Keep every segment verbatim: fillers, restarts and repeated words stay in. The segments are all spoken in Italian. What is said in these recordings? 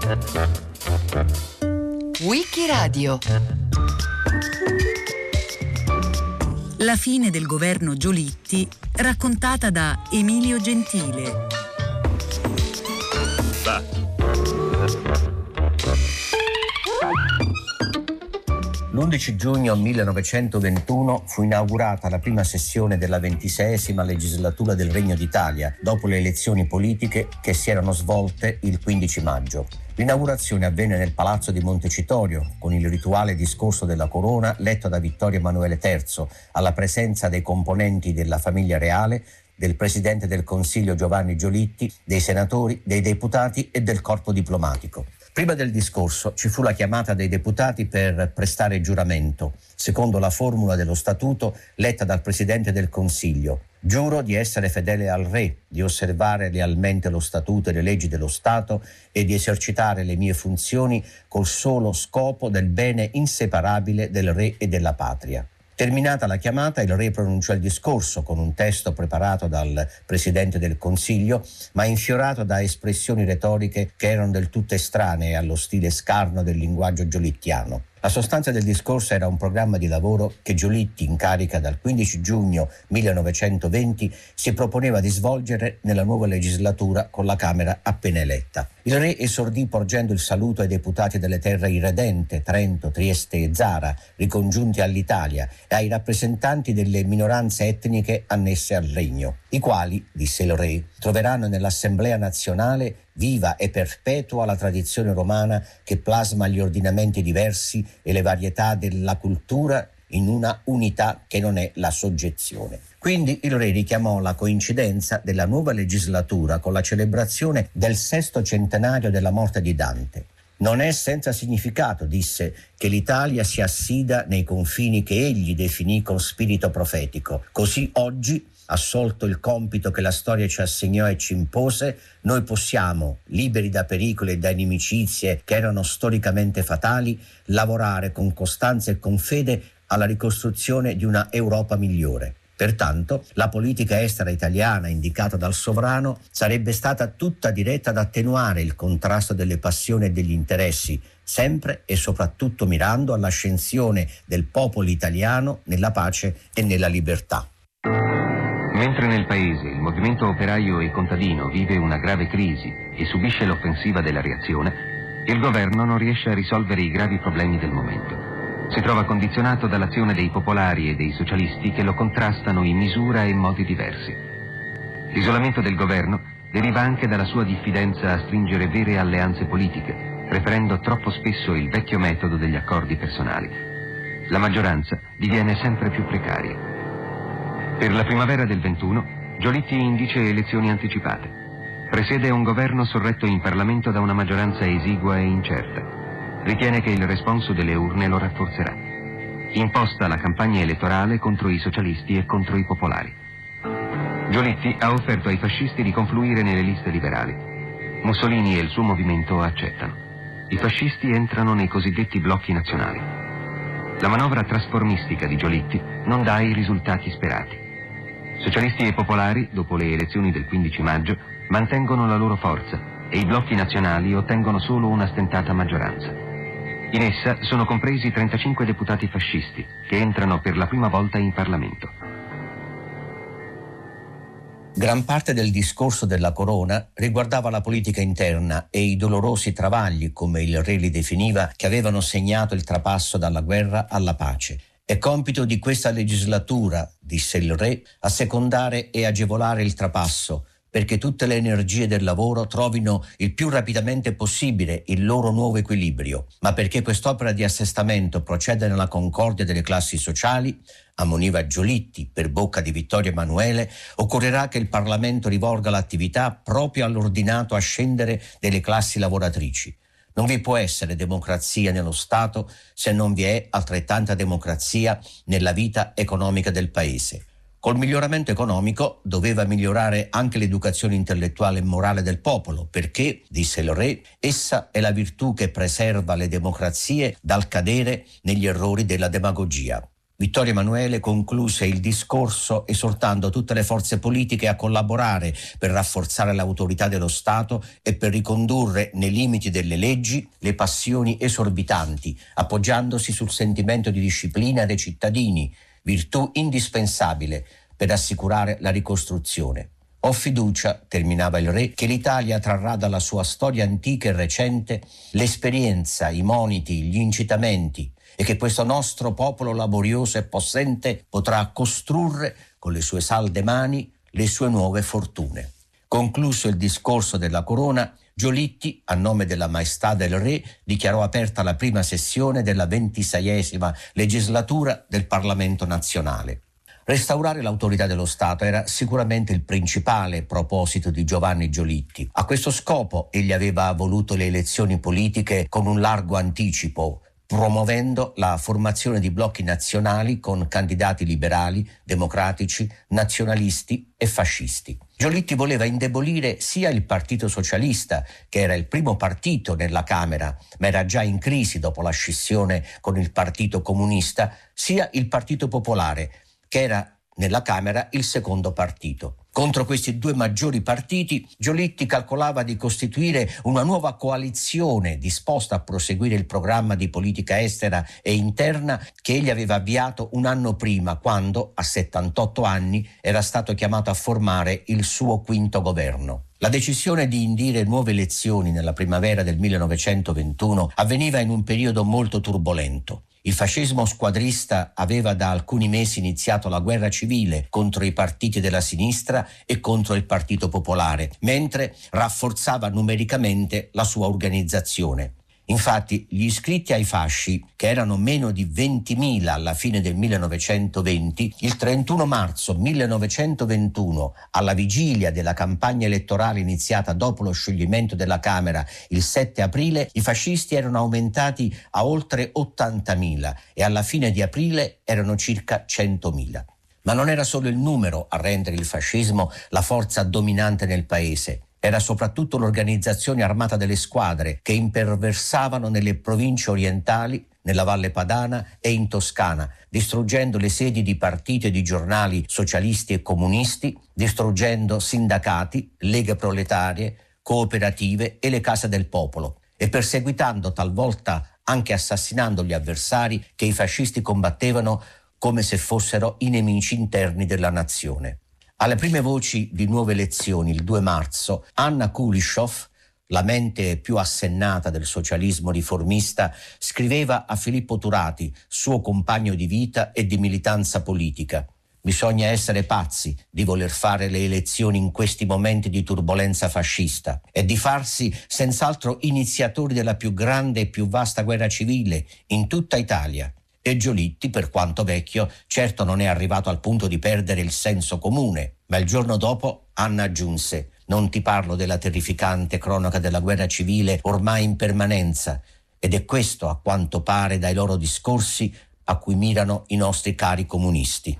Wikiradio. La fine del governo Giolitti raccontata da Emilio Gentile. Va. L'undici giugno millenovecentoventuno fu inaugurata la prima sessione della ventiseiesima legislatura del Regno d'Italia, dopo le elezioni politiche che si erano svolte il quindici maggio. L'inaugurazione avvenne nel Palazzo di Montecitorio, con il rituale discorso della corona letto da Vittorio Emanuele terzo, alla presenza dei componenti della famiglia reale, del Presidente del Consiglio Giovanni Giolitti, dei senatori, dei deputati e del corpo diplomatico. Prima del discorso ci fu la chiamata dei deputati per prestare giuramento, secondo la formula dello statuto letta dal Presidente del Consiglio. Giuro di essere fedele al Re, di osservare lealmente lo statuto e le leggi dello Stato e di esercitare le mie funzioni col solo scopo del bene inseparabile del Re e della Patria. Terminata la chiamata, il Re pronunciò il discorso con un testo preparato dal Presidente del Consiglio, ma infiorato da espressioni retoriche che erano del tutto estranee allo stile scarno del linguaggio giolittiano. La sostanza del discorso era un programma di lavoro che Giolitti, in carica dal quindici giugno millenovecentoventi, si proponeva di svolgere nella nuova legislatura con la Camera appena eletta. Il Re esordì porgendo il saluto ai deputati delle terre irredente, Trento, Trieste e Zara, ricongiunti all'Italia, e ai rappresentanti delle minoranze etniche annesse al Regno, i quali, disse il Re, troveranno nell'Assemblea nazionale viva e perpetua la tradizione romana che plasma gli ordinamenti diversi e le varietà della cultura in una unità che non è la soggezione. Quindi il Re richiamò la coincidenza della nuova legislatura con la celebrazione del sesto centenario della morte di Dante. Non è senza significato, disse, che l'Italia si assida nei confini che egli definì con spirito profetico. Così oggi, assolto il compito che la storia ci assegnò e ci impose, noi possiamo, liberi da pericoli e da inimicizie che erano storicamente fatali, lavorare con costanza e con fede alla ricostruzione di una Europa migliore. Pertanto, la politica estera italiana indicata dal sovrano sarebbe stata tutta diretta ad attenuare il contrasto delle passioni e degli interessi, sempre e soprattutto mirando all'ascensione del popolo italiano nella pace e nella libertà. Mentre nel paese il movimento operaio e contadino vive una grave crisi e subisce l'offensiva della reazione, il governo non riesce a risolvere i gravi problemi del momento. Si trova condizionato dall'azione dei popolari e dei socialisti che lo contrastano in misura e modi diversi. L'isolamento del governo deriva anche dalla sua diffidenza a stringere vere alleanze politiche, preferendo troppo spesso il vecchio metodo degli accordi personali. La maggioranza diviene sempre più precaria. Per la primavera del ventuno, Giolitti indice elezioni anticipate. Presiede un governo sorretto in Parlamento da una maggioranza esigua e incerta. Ritiene che il responso delle urne lo rafforzerà. Imposta la campagna elettorale contro i socialisti e contro i popolari. Giolitti ha offerto ai fascisti di confluire nelle liste liberali. Mussolini e il suo movimento accettano. I fascisti entrano nei cosiddetti blocchi nazionali. La manovra trasformistica di Giolitti non dà i risultati sperati. Socialisti e popolari, dopo le elezioni del quindici maggio, mantengono la loro forza e i blocchi nazionali ottengono solo una stentata maggioranza. In essa sono compresi trentacinque deputati fascisti che entrano per la prima volta in Parlamento. Gran parte del discorso della corona riguardava la politica interna e i dolorosi travagli, come il Re li definiva, che avevano segnato il trapasso dalla guerra alla pace. È compito di questa legislatura, disse il Re, assecondare e agevolare il trapasso, perché tutte le energie del lavoro trovino il più rapidamente possibile il loro nuovo equilibrio, ma perché quest'opera di assestamento proceda nella concordia delle classi sociali, ammoniva Giolitti per bocca di Vittorio Emanuele, occorrerà che il Parlamento rivolga l'attività proprio all'ordinato ascendere delle classi lavoratrici. Non vi può essere democrazia nello Stato se non vi è altrettanta democrazia nella vita economica del Paese. Col miglioramento economico doveva migliorare anche l'educazione intellettuale e morale del popolo, perché, disse il Re, essa è la virtù che preserva le democrazie dal cadere negli errori della demagogia. Vittorio Emanuele concluse il discorso esortando tutte le forze politiche a collaborare per rafforzare l'autorità dello Stato e per ricondurre nei limiti delle leggi le passioni esorbitanti, appoggiandosi sul sentimento di disciplina dei cittadini, virtù indispensabile per assicurare la ricostruzione. Ho fiducia, terminava il re, che l'Italia trarrà dalla sua storia antica e recente l'esperienza, i moniti, gli incitamenti, e che questo nostro popolo laborioso e possente potrà costrurre con le sue salde mani le sue nuove fortune. Concluso il discorso della corona, Giolitti, a nome della maestà del re, dichiarò aperta la prima sessione della ventiseiesima legislatura del Parlamento nazionale. Restaurare l'autorità dello Stato era sicuramente il principale proposito di Giovanni Giolitti. A questo scopo egli aveva voluto le elezioni politiche con un largo anticipo, promuovendo la formazione di blocchi nazionali con candidati liberali, democratici, nazionalisti e fascisti. Giolitti voleva indebolire sia il Partito Socialista, che era il primo partito nella Camera, ma era già in crisi dopo la scissione con il Partito Comunista, sia il Partito Popolare, che era nella Camera il secondo partito. Contro questi due maggiori partiti, Giolitti calcolava di costituire una nuova coalizione disposta a proseguire il programma di politica estera e interna che egli aveva avviato un anno prima, quando, a settantotto anni, era stato chiamato a formare il suo quinto governo. La decisione di indire nuove elezioni nella primavera del millenovecentoventuno avveniva in un periodo molto turbolento. Il fascismo squadrista aveva da alcuni mesi iniziato la guerra civile contro i partiti della sinistra e contro il Partito Popolare, mentre rafforzava numericamente la sua organizzazione. Infatti, gli iscritti ai fasci, che erano meno di ventimila alla fine del millenovecentoventi, il trentuno marzo millenovecentoventuno, alla vigilia della campagna elettorale iniziata dopo lo scioglimento della Camera il sette aprile, i fascisti erano aumentati a oltre ottantamila e alla fine di aprile erano circa centomila. Ma non era solo il numero a rendere il fascismo la forza dominante nel paese. Era soprattutto l'organizzazione armata delle squadre che imperversavano nelle province orientali, nella Valle Padana e in Toscana, distruggendo le sedi di partiti e di giornali socialisti e comunisti, distruggendo sindacati, leghe proletarie, cooperative e le case del popolo, e perseguitando talvolta anche assassinando gli avversari che i fascisti combattevano come se fossero i nemici interni della nazione. Alle prime voci di nuove elezioni, il due marzo, Anna Kulishov, la mente più assennata del socialismo riformista, scriveva a Filippo Turati, suo compagno di vita e di militanza politica: bisogna essere pazzi di voler fare le elezioni in questi momenti di turbolenza fascista e di farsi senz'altro iniziatori della più grande e più vasta guerra civile in tutta Italia. E Giolitti, per quanto vecchio, certo non è arrivato al punto di perdere il senso comune, ma il giorno dopo Anna aggiunse: non ti parlo della terrificante cronaca della guerra civile ormai in permanenza, ed è questo, a quanto pare dai loro discorsi, a cui mirano i nostri cari comunisti.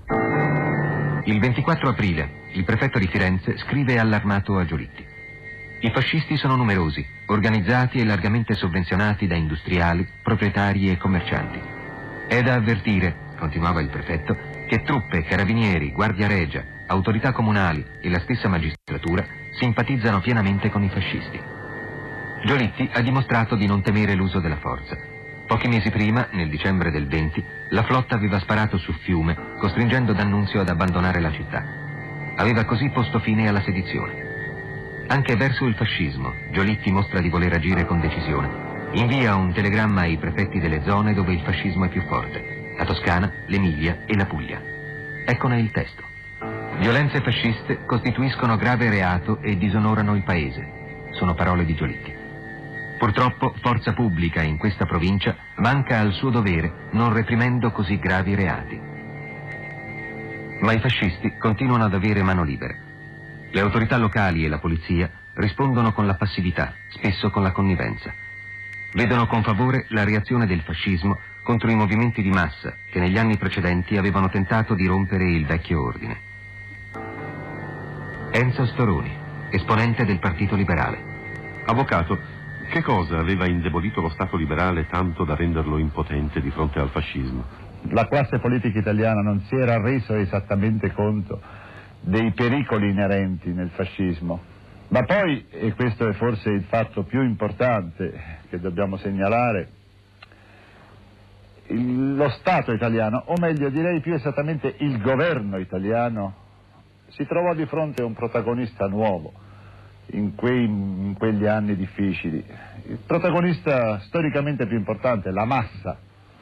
Il ventiquattro aprile, il prefetto di Firenze scrive allarmato a Giolitti: i fascisti sono numerosi, organizzati e largamente sovvenzionati da industriali, proprietari e commercianti. È da avvertire, continuava il prefetto, che truppe, carabinieri, guardia regia, autorità comunali e la stessa magistratura simpatizzano pienamente con i fascisti. Giolitti ha dimostrato di non temere l'uso della forza. Pochi mesi prima, nel dicembre del venti, la flotta aveva sparato su Fiume, costringendo D'Annunzio ad abbandonare la città. Aveva così posto fine alla sedizione. Anche verso il fascismo, Giolitti mostra di voler agire con decisione. Invia un telegramma ai prefetti delle zone dove il fascismo è più forte: la Toscana, l'Emilia e la Puglia. Eccone il testo. Violenze fasciste costituiscono grave reato e disonorano il paese. Sono parole di Giolitti. Purtroppo forza pubblica in questa provincia manca al suo dovere, non reprimendo così gravi reati. Ma i fascisti continuano ad avere mano libera. Le autorità locali e la polizia rispondono con la passività, spesso con la connivenza. Vedono con favore la reazione del fascismo contro i movimenti di massa che negli anni precedenti avevano tentato di rompere il vecchio ordine. Enzo Storoni, esponente del Partito Liberale. Avvocato, che cosa aveva indebolito lo Stato liberale tanto da renderlo impotente di fronte al fascismo? la classe politica italiana non si era reso esattamente conto dei pericoli inerenti nel fascismo. Ma poi, e questo è forse il fatto più importante che dobbiamo segnalare, il, lo Stato italiano, o meglio direi più esattamente il governo italiano, si trovò di fronte a un protagonista nuovo in, quei, in quegli anni difficili. Il protagonista storicamente più importante, la massa,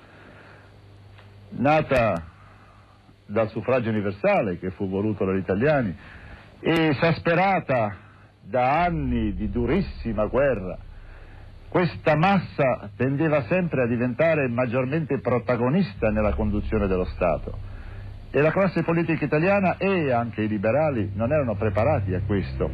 nata dal suffragio universale che fu voluto dagli italiani, esasperata da anni di durissima guerra. Questa massa tendeva sempre a diventare maggiormente protagonista nella conduzione dello Stato e la classe politica italiana e anche i liberali non erano preparati a questo.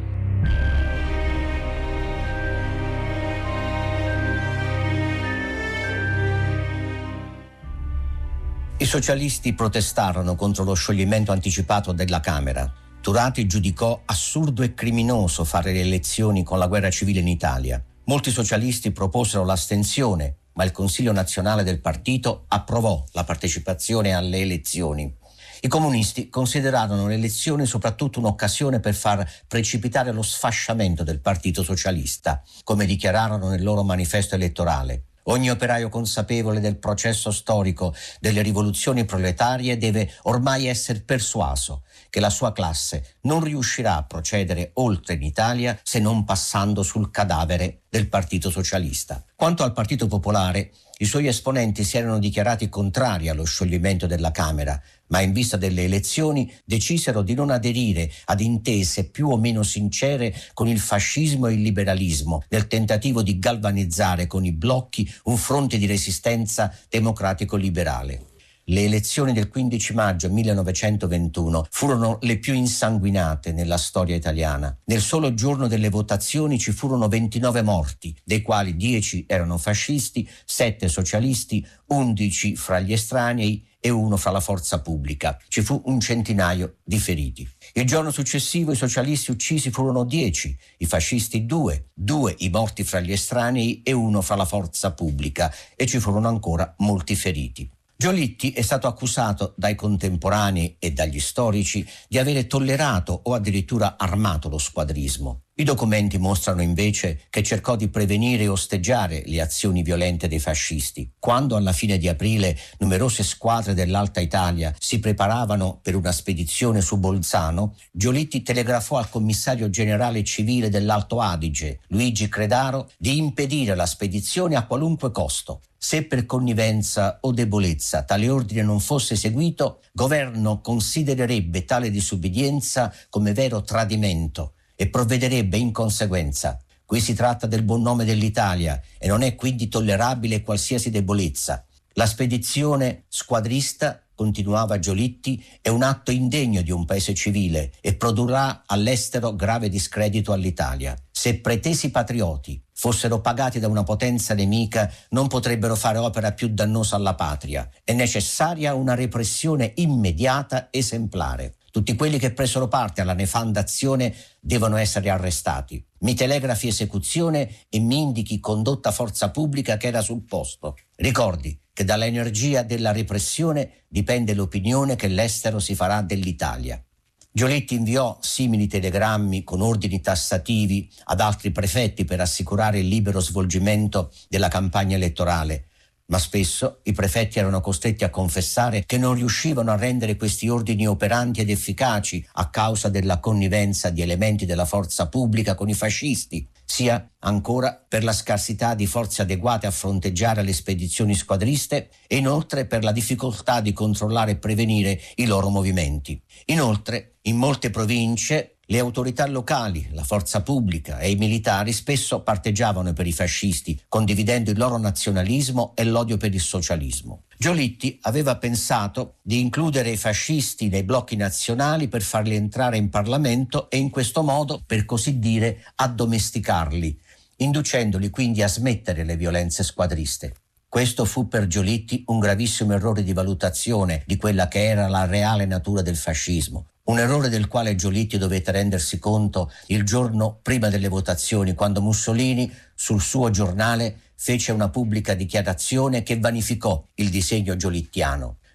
I socialisti protestarono contro lo scioglimento anticipato della Camera. Turati giudicò assurdo e criminoso fare le elezioni con la guerra civile in Italia. Molti socialisti proposero l'astensione, ma il Consiglio nazionale del partito approvò la partecipazione alle elezioni. I comunisti considerarono le elezioni soprattutto un'occasione per far precipitare lo sfasciamento del Partito Socialista, come dichiararono nel loro manifesto elettorale. Ogni operaio consapevole del processo storico delle rivoluzioni proletarie deve ormai essere persuaso che la sua classe non riuscirà a procedere oltre in Italia se non passando sul cadavere del Partito Socialista. Quanto al Partito Popolare, i suoi esponenti si erano dichiarati contrari allo scioglimento della Camera, ma in vista delle elezioni decisero di non aderire ad intese più o meno sincere con il fascismo e il liberalismo, nel tentativo di galvanizzare con i blocchi un fronte di resistenza democratico-liberale. Le elezioni del quindici maggio millenovecentoventuno furono le più insanguinate nella storia italiana. Nel solo giorno delle votazioni ci furono ventinove morti, dei quali dieci erano fascisti, sette socialisti, undici fra gli estranei e uno fra la forza pubblica. Ci fu un centinaio di feriti. Il giorno successivo i socialisti uccisi furono dieci, i fascisti due, due i morti fra gli estranei e uno fra la forza pubblica, e ci furono ancora molti feriti. Giolitti è stato accusato dai contemporanei e dagli storici di avere tollerato o addirittura armato lo squadrismo. I documenti mostrano invece che cercò di prevenire e osteggiare le azioni violente dei fascisti. Quando alla fine di aprile numerose squadre dell'Alta Italia si preparavano per una spedizione su Bolzano, Giolitti telegrafò al commissario generale civile dell'Alto Adige, Luigi Credaro, di impedire la spedizione a qualunque costo. Se per connivenza o debolezza tale ordine non fosse eseguito, governo considererebbe tale disubbidienza come vero tradimento e provvederebbe in conseguenza. Qui si tratta del buon nome dell'Italia e non è quindi tollerabile qualsiasi debolezza. La spedizione squadrista, continuava Giolitti, è un atto indegno di un paese civile e produrrà all'estero grave discredito all'Italia. Se pretesi patrioti fossero pagati da una potenza nemica, non potrebbero fare opera più dannosa alla patria. È necessaria una repressione immediata, esemplare. Tutti quelli che presero parte alla nefanda azione devono essere arrestati. Mi telegrafi esecuzione e mi indichi condotta forza pubblica che era sul posto. Ricordi che dall'energia della repressione dipende l'opinione che l'estero si farà dell'Italia. Giolitti inviò simili telegrammi con ordini tassativi ad altri prefetti per assicurare il libero svolgimento della campagna elettorale, ma spesso i prefetti erano costretti a confessare che non riuscivano a rendere questi ordini operanti ed efficaci a causa della connivenza di elementi della forza pubblica con i fascisti, sia ancora per la scarsità di forze adeguate a fronteggiare le spedizioni squadriste e inoltre per la difficoltà di controllare e prevenire i loro movimenti. Inoltre, in molte province le autorità locali, la forza pubblica e i militari spesso parteggiavano per i fascisti, condividendo il loro nazionalismo e l'odio per il socialismo. Giolitti aveva pensato di includere i fascisti nei blocchi nazionali per farli entrare in Parlamento e in questo modo, per così dire, addomesticarli, inducendoli quindi a smettere le violenze squadriste. Questo fu per Giolitti un gravissimo errore di valutazione di quella che era la reale natura del fascismo. Un errore del quale Giolitti dovette rendersi conto il giorno prima delle votazioni, quando Mussolini sul suo giornale fece una pubblica dichiarazione che vanificò il disegno giolittiano.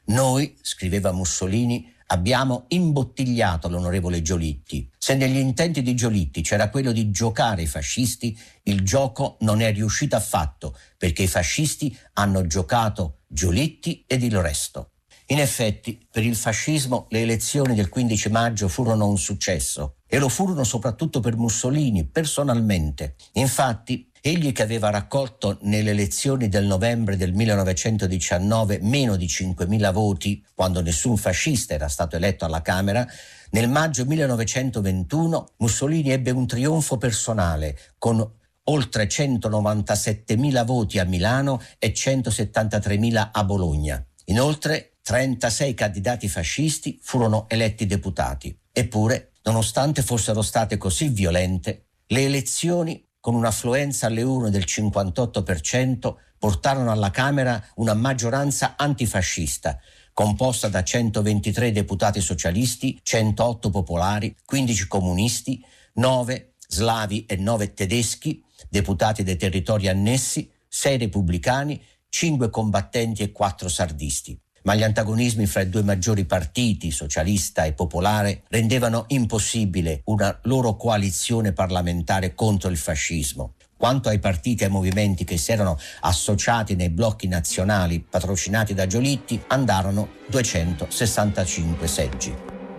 Noi, scriveva Mussolini, abbiamo imbottigliato l'onorevole Giolitti. Se negli intenti di Giolitti c'era quello di giocare i fascisti, il gioco non è riuscito affatto, perché i fascisti hanno giocato Giolitti ed il resto. In effetti, per il fascismo le elezioni del quindici maggio furono un successo, e lo furono soprattutto per Mussolini, personalmente. Infatti, egli che aveva raccolto nelle elezioni del novembre del millenovecentodiciannove meno di cinquemila voti, quando nessun fascista era stato eletto alla Camera, nel maggio millenovecentoventuno Mussolini ebbe un trionfo personale con oltre centonovantasettemila voti a Milano e centosettantatremila a Bologna. Inoltre, trentasei candidati fascisti furono eletti deputati. Eppure, nonostante fossero state così violente, le elezioni, con un'affluenza alle urne del cinquantotto per cento, portarono alla Camera una maggioranza antifascista, composta da centoventitré deputati socialisti, centootto popolari, quindici comunisti, nove slavi e nove tedeschi, deputati dei territori annessi, sei repubblicani, cinque combattenti e quattro sardisti. Ma gli antagonismi fra i due maggiori partiti, socialista e popolare, rendevano impossibile una loro coalizione parlamentare contro il fascismo. Quanto ai partiti e ai movimenti che si erano associati nei blocchi nazionali patrocinati da Giolitti, andarono duecentosessantacinque seggi.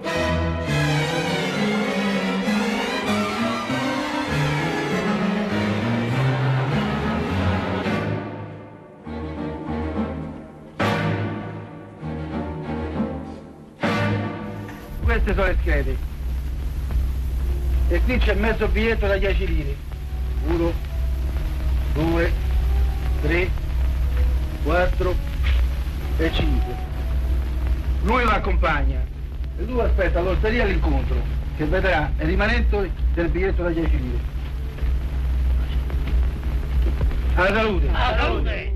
Queste sono le schede e qui c'è mezzo biglietto da dieci lire. Uno, due, tre, quattro e cinque. Lui lo accompagna e lui aspetta all'osteria l'incontro, che vedrà il rimanente del biglietto da dieci lire. Alla salute! Alla salute!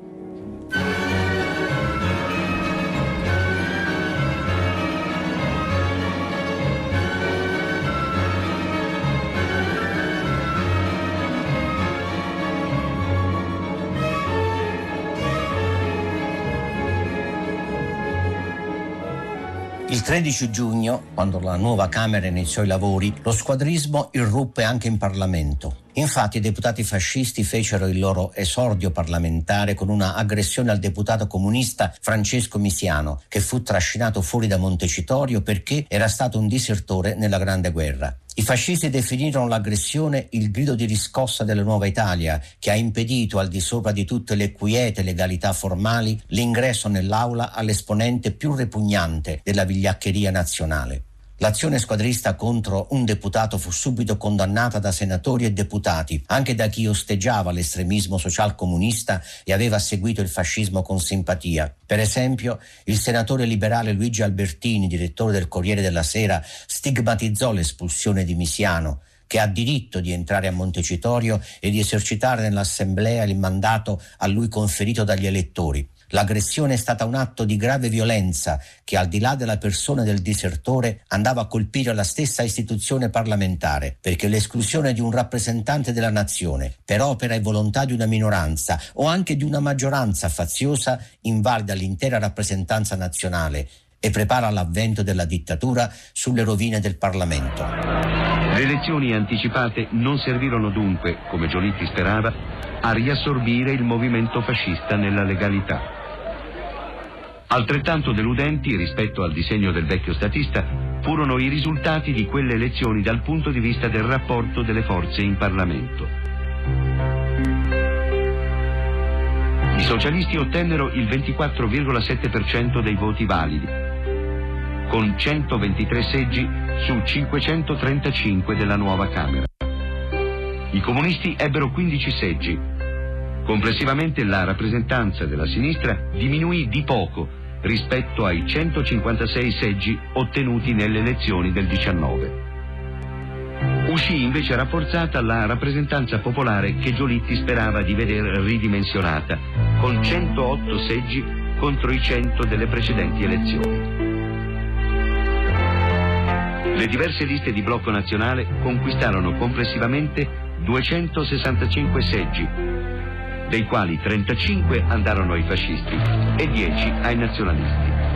Il tredici giugno, quando la nuova Camera iniziò i lavori, lo squadrismo irruppe anche in Parlamento. Infatti i deputati fascisti fecero il loro esordio parlamentare con una aggressione al deputato comunista Francesco Misiano, che fu trascinato fuori da Montecitorio perché era stato un disertore nella Grande Guerra. I fascisti definirono l'aggressione il grido di riscossa della nuova Italia, che ha impedito, al di sopra di tutte le quiete legalità formali, l'ingresso nell'aula all'esponente più repugnante della vigliaccheria nazionale. L'azione squadrista contro un deputato fu subito condannata da senatori e deputati, anche da chi osteggiava l'estremismo socialcomunista e aveva seguito il fascismo con simpatia. Per esempio, il senatore liberale Luigi Albertini, direttore del Corriere della Sera, stigmatizzò l'espulsione di Misiano, che ha diritto di entrare a Montecitorio e di esercitare nell'assemblea il mandato a lui conferito dagli elettori. L'aggressione è stata un atto di grave violenza che, al di là della persona del disertore, andava a colpire la stessa istituzione parlamentare, perché l'esclusione di un rappresentante della nazione per opera e volontà di una minoranza o anche di una maggioranza faziosa invalida l'intera rappresentanza nazionale e prepara l'avvento della dittatura sulle rovine del Parlamento. Le elezioni anticipate non servirono dunque, come Giolitti sperava, a riassorbire il movimento fascista nella legalità. Altrettanto deludenti rispetto al disegno del vecchio statista furono i risultati di quelle elezioni dal punto di vista del rapporto delle forze in Parlamento. I socialisti ottennero il ventiquattro virgola sette per cento dei voti validi, con centoventitré seggi su cinquecentotrentacinque della nuova Camera. I comunisti ebbero quindici seggi. Complessivamente la rappresentanza della sinistra diminuì di poco rispetto ai centocinquantasei seggi ottenuti nelle elezioni del diciannove. Uscì invece rafforzata la rappresentanza popolare che Giolitti sperava di vedere ridimensionata, con centootto seggi contro i cento delle precedenti elezioni. Le diverse liste di blocco nazionale conquistarono complessivamente duecentosessantacinque seggi, dei quali trentacinque andarono ai fascisti e dieci ai nazionalisti.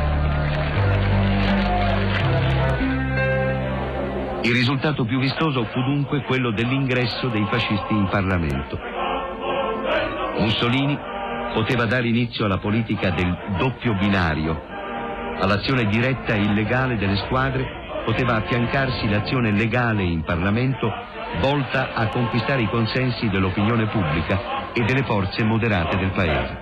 Il risultato più vistoso fu dunque quello dell'ingresso dei fascisti in Parlamento. Mussolini poteva dare inizio alla politica del doppio binario. All'azione diretta e illegale delle squadre poteva affiancarsi l'azione legale in Parlamento volta a conquistare i consensi dell'opinione pubblica e delle forze moderate del Paese.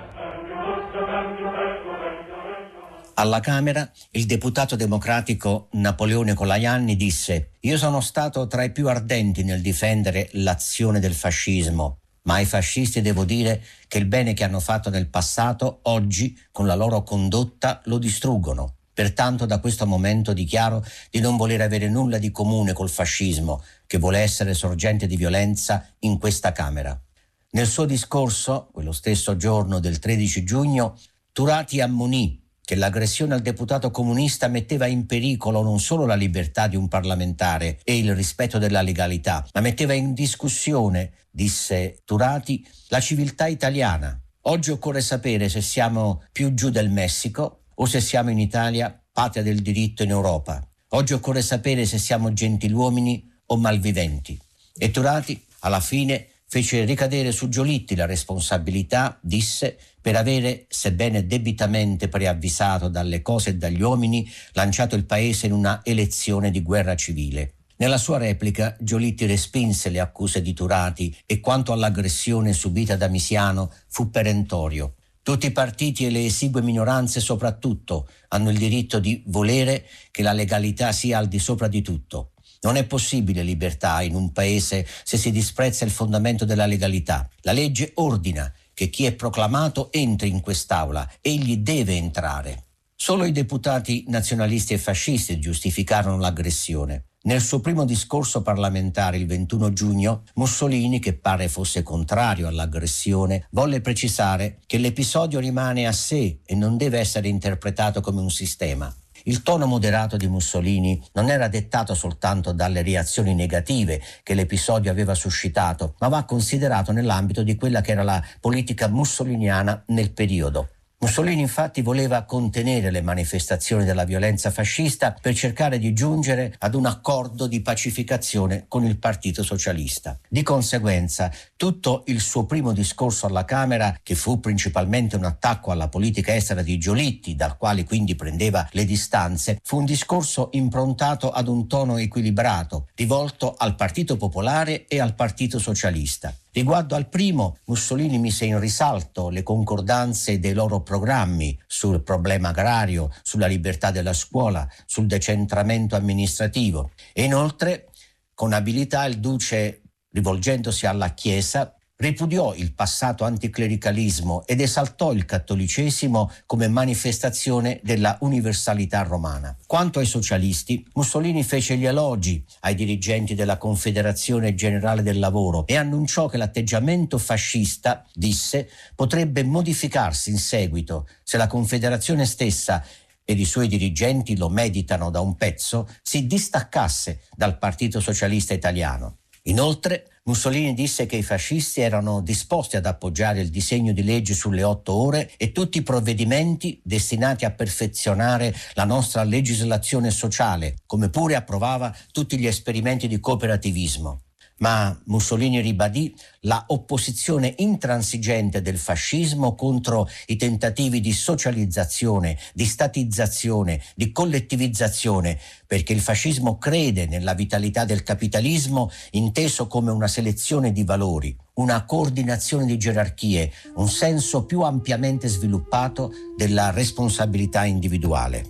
Alla Camera il deputato democratico Napoleone Colajanni disse: «Io sono stato tra i più ardenti nel difendere l'azione del fascismo, ma ai fascisti devo dire che il bene che hanno fatto nel passato, oggi, con la loro condotta, lo distruggono. Pertanto da questo momento dichiaro di non voler avere nulla di comune col fascismo, che vuole essere sorgente di violenza in questa Camera». Nel suo discorso, quello stesso giorno del tredici giugno, Turati ammonì che l'aggressione al deputato comunista metteva in pericolo non solo la libertà di un parlamentare e il rispetto della legalità, ma metteva in discussione, disse Turati, la civiltà italiana. Oggi occorre sapere se siamo più giù del Messico o se siamo in Italia, patria del diritto in Europa. Oggi occorre sapere se siamo gentiluomini o malviventi. E Turati, alla fine, fece ricadere su Giolitti la responsabilità, disse, per avere, sebbene debitamente preavvisato dalle cose e dagli uomini, lanciato il paese in una elezione di guerra civile. Nella sua replica Giolitti respinse le accuse di Turati e quanto all'aggressione subita da Misiano fu perentorio. Tutti i partiti e le esigue minoranze soprattutto hanno il diritto di volere che la legalità sia al di sopra di tutto. Non è possibile libertà in un paese se si disprezza il fondamento della legalità. La legge ordina che chi è proclamato entri in quest'aula, egli deve entrare. Solo i deputati nazionalisti e fascisti giustificarono l'aggressione. Nel suo primo discorso parlamentare il ventuno giugno, Mussolini, che pare fosse contrario all'aggressione, volle precisare che l'episodio rimane a sé e non deve essere interpretato come un sistema. Il tono moderato di Mussolini non era dettato soltanto dalle reazioni negative che l'episodio aveva suscitato, ma va considerato nell'ambito di quella che era la politica mussoliniana nel periodo. Mussolini infatti voleva contenere le manifestazioni della violenza fascista per cercare di giungere ad un accordo di pacificazione con il Partito Socialista. Di conseguenza, tutto il suo primo discorso alla Camera, che fu principalmente un attacco alla politica estera di Giolitti, dal quale quindi prendeva le distanze, fu un discorso improntato ad un tono equilibrato, rivolto al Partito Popolare e al Partito Socialista. Riguardo al primo, Mussolini mise in risalto le concordanze dei loro programmi sul problema agrario, sulla libertà della scuola, sul decentramento amministrativo e inoltre, con abilità, il duce, rivolgendosi alla Chiesa, ripudiò il passato anticlericalismo ed esaltò il cattolicesimo come manifestazione della universalità romana. Quanto ai socialisti, Mussolini fece gli elogi ai dirigenti della Confederazione Generale del Lavoro e annunciò che l'atteggiamento fascista, disse, potrebbe modificarsi in seguito se la Confederazione stessa ed i suoi dirigenti lo meditano da un pezzo, si distaccasse dal Partito Socialista Italiano. Inoltre, Mussolini disse che i fascisti erano disposti ad appoggiare il disegno di legge sulle otto ore e tutti i provvedimenti destinati a perfezionare la nostra legislazione sociale, come pure approvava tutti gli esperimenti di cooperativismo. Ma Mussolini ribadì la opposizione intransigente del fascismo contro i tentativi di socializzazione, di statizzazione, di collettivizzazione, perché il fascismo crede nella vitalità del capitalismo inteso come una selezione di valori, una coordinazione di gerarchie, un senso più ampiamente sviluppato della responsabilità individuale.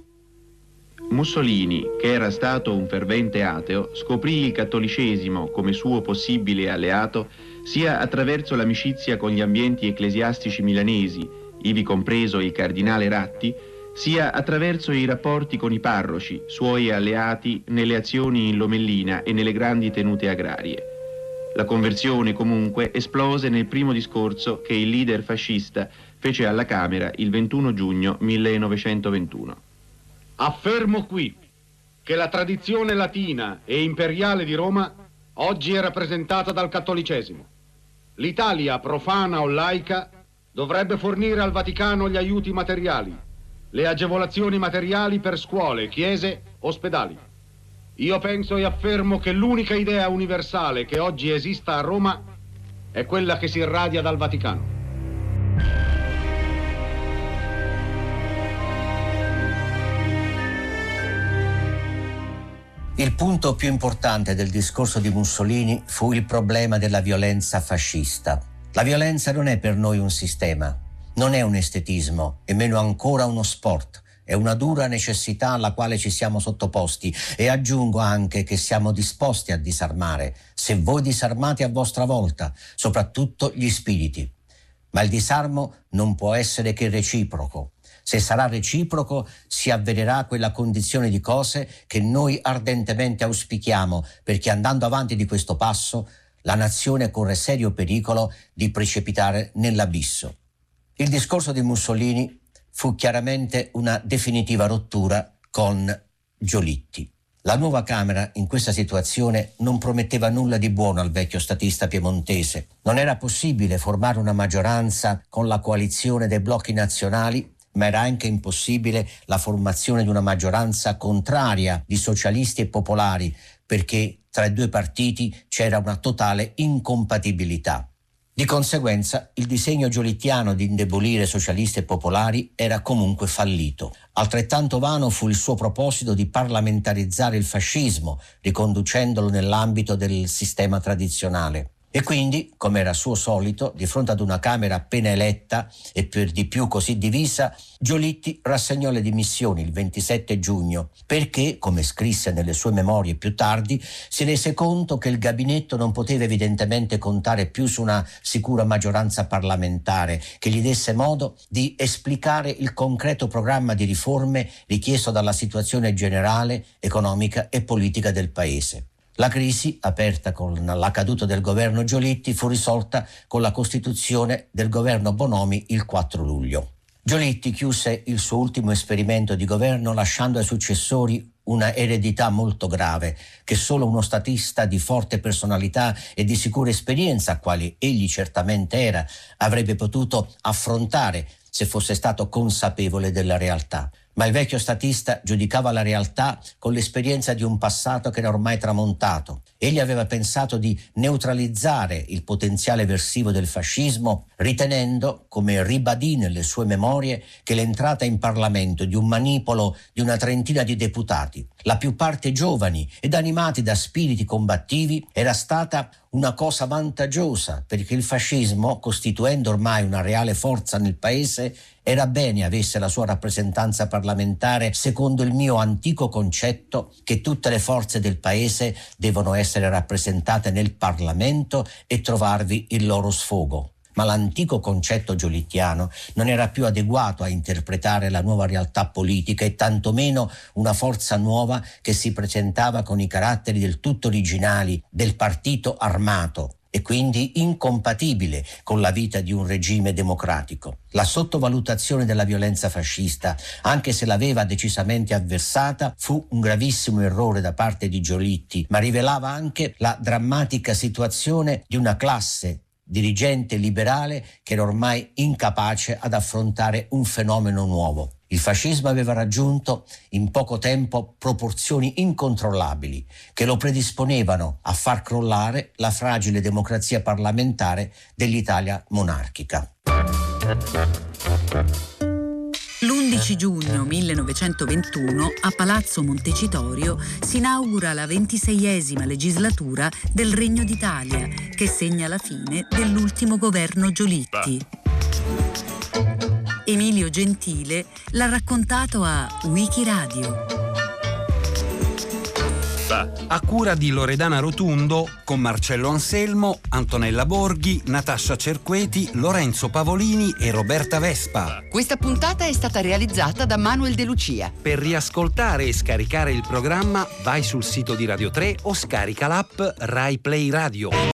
Mussolini, che era stato un fervente ateo, scoprì il cattolicesimo come suo possibile alleato sia attraverso l'amicizia con gli ambienti ecclesiastici milanesi, ivi compreso il cardinale Ratti, sia attraverso i rapporti con i parroci, suoi alleati nelle azioni in Lomellina e nelle grandi tenute agrarie. La conversione comunque esplose nel primo discorso che il leader fascista fece alla Camera il ventuno giugno millenovecentoventuno. Affermo qui che la tradizione latina e imperiale di Roma oggi è rappresentata dal cattolicesimo. L'Italia, profana o laica, dovrebbe fornire al Vaticano gli aiuti materiali, le agevolazioni materiali per scuole, chiese, ospedali. Io penso e affermo che l'unica idea universale che oggi esista a Roma è quella che si irradia dal Vaticano. Il punto più importante del discorso di Mussolini fu il problema della violenza fascista. La violenza non è per noi un sistema, non è un estetismo e meno ancora uno sport. È una dura necessità alla quale ci siamo sottoposti e aggiungo anche che siamo disposti a disarmare, se voi disarmate a vostra volta, soprattutto gli spiriti. Ma il disarmo non può essere che reciproco. Se sarà reciproco, si avvererà quella condizione di cose che noi ardentemente auspichiamo, perché andando avanti di questo passo, la nazione corre serio pericolo di precipitare nell'abisso. Il discorso di Mussolini fu chiaramente una definitiva rottura con Giolitti. La nuova Camera in questa situazione non prometteva nulla di buono al vecchio statista piemontese. Non era possibile formare una maggioranza con la coalizione dei blocchi nazionali, ma era anche impossibile la formazione di una maggioranza contraria di socialisti e popolari, perché tra i due partiti c'era una totale incompatibilità. Di conseguenza, il disegno giolittiano di indebolire socialisti e popolari era comunque fallito. Altrettanto vano fu il suo proposito di parlamentarizzare il fascismo, riconducendolo nell'ambito del sistema tradizionale. E quindi, come era suo solito, di fronte ad una Camera appena eletta e per di più così divisa, Giolitti rassegnò le dimissioni il ventisette giugno perché, come scrisse nelle sue memorie più tardi, si rese conto che il gabinetto non poteva evidentemente contare più su una sicura maggioranza parlamentare che gli desse modo di esplicare il concreto programma di riforme richiesto dalla situazione generale, economica e politica del Paese. La crisi, aperta con la caduta del governo Giolitti, fu risolta con la costituzione del governo Bonomi il quattro luglio. Giolitti chiuse il suo ultimo esperimento di governo lasciando ai successori una eredità molto grave che solo uno statista di forte personalità e di sicura esperienza, quale egli certamente era, avrebbe potuto affrontare se fosse stato consapevole della realtà. Ma il vecchio statista giudicava la realtà con l'esperienza di un passato che era ormai tramontato. Egli aveva pensato di neutralizzare il potenziale eversivo del fascismo, ritenendo, come ribadì nelle sue memorie, che l'entrata in Parlamento di un manipolo di una trentina di deputati, la più parte giovani ed animati da spiriti combattivi, era stata una cosa vantaggiosa, perché il fascismo, costituendo ormai una reale forza nel paese, era bene avesse la sua rappresentanza parlamentare secondo il mio antico concetto che tutte le forze del paese devono essere rappresentate nel Parlamento e trovarvi il loro sfogo. Ma l'antico concetto giolittiano non era più adeguato a interpretare la nuova realtà politica e tantomeno una forza nuova che si presentava con i caratteri del tutto originali del partito armato e quindi incompatibile con la vita di un regime democratico. La sottovalutazione della violenza fascista, anche se l'aveva decisamente avversata, fu un gravissimo errore da parte di Giolitti, ma rivelava anche la drammatica situazione di una classe dirigente liberale che era ormai incapace ad affrontare un fenomeno nuovo. Il fascismo aveva raggiunto in poco tempo proporzioni incontrollabili che lo predisponevano a far crollare la fragile democrazia parlamentare dell'Italia monarchica. L'undici giugno millenovecentoventuno a Palazzo Montecitorio si inaugura la ventiseiesima legislatura del Regno d'Italia, che segna la fine dell'ultimo governo Giolitti. Emilio Gentile l'ha raccontato a Wikiradio. A cura di Loredana Rotundo, con Marcello Anselmo, Antonella Borghi, Natascia Cerqueti, Lorenzo Pavolini e Roberta Vespa. Questa puntata è stata realizzata da Manuel De Lucia. Per riascoltare e scaricare il programma vai sul sito di Radio tre o scarica l'app Rai Play Radio.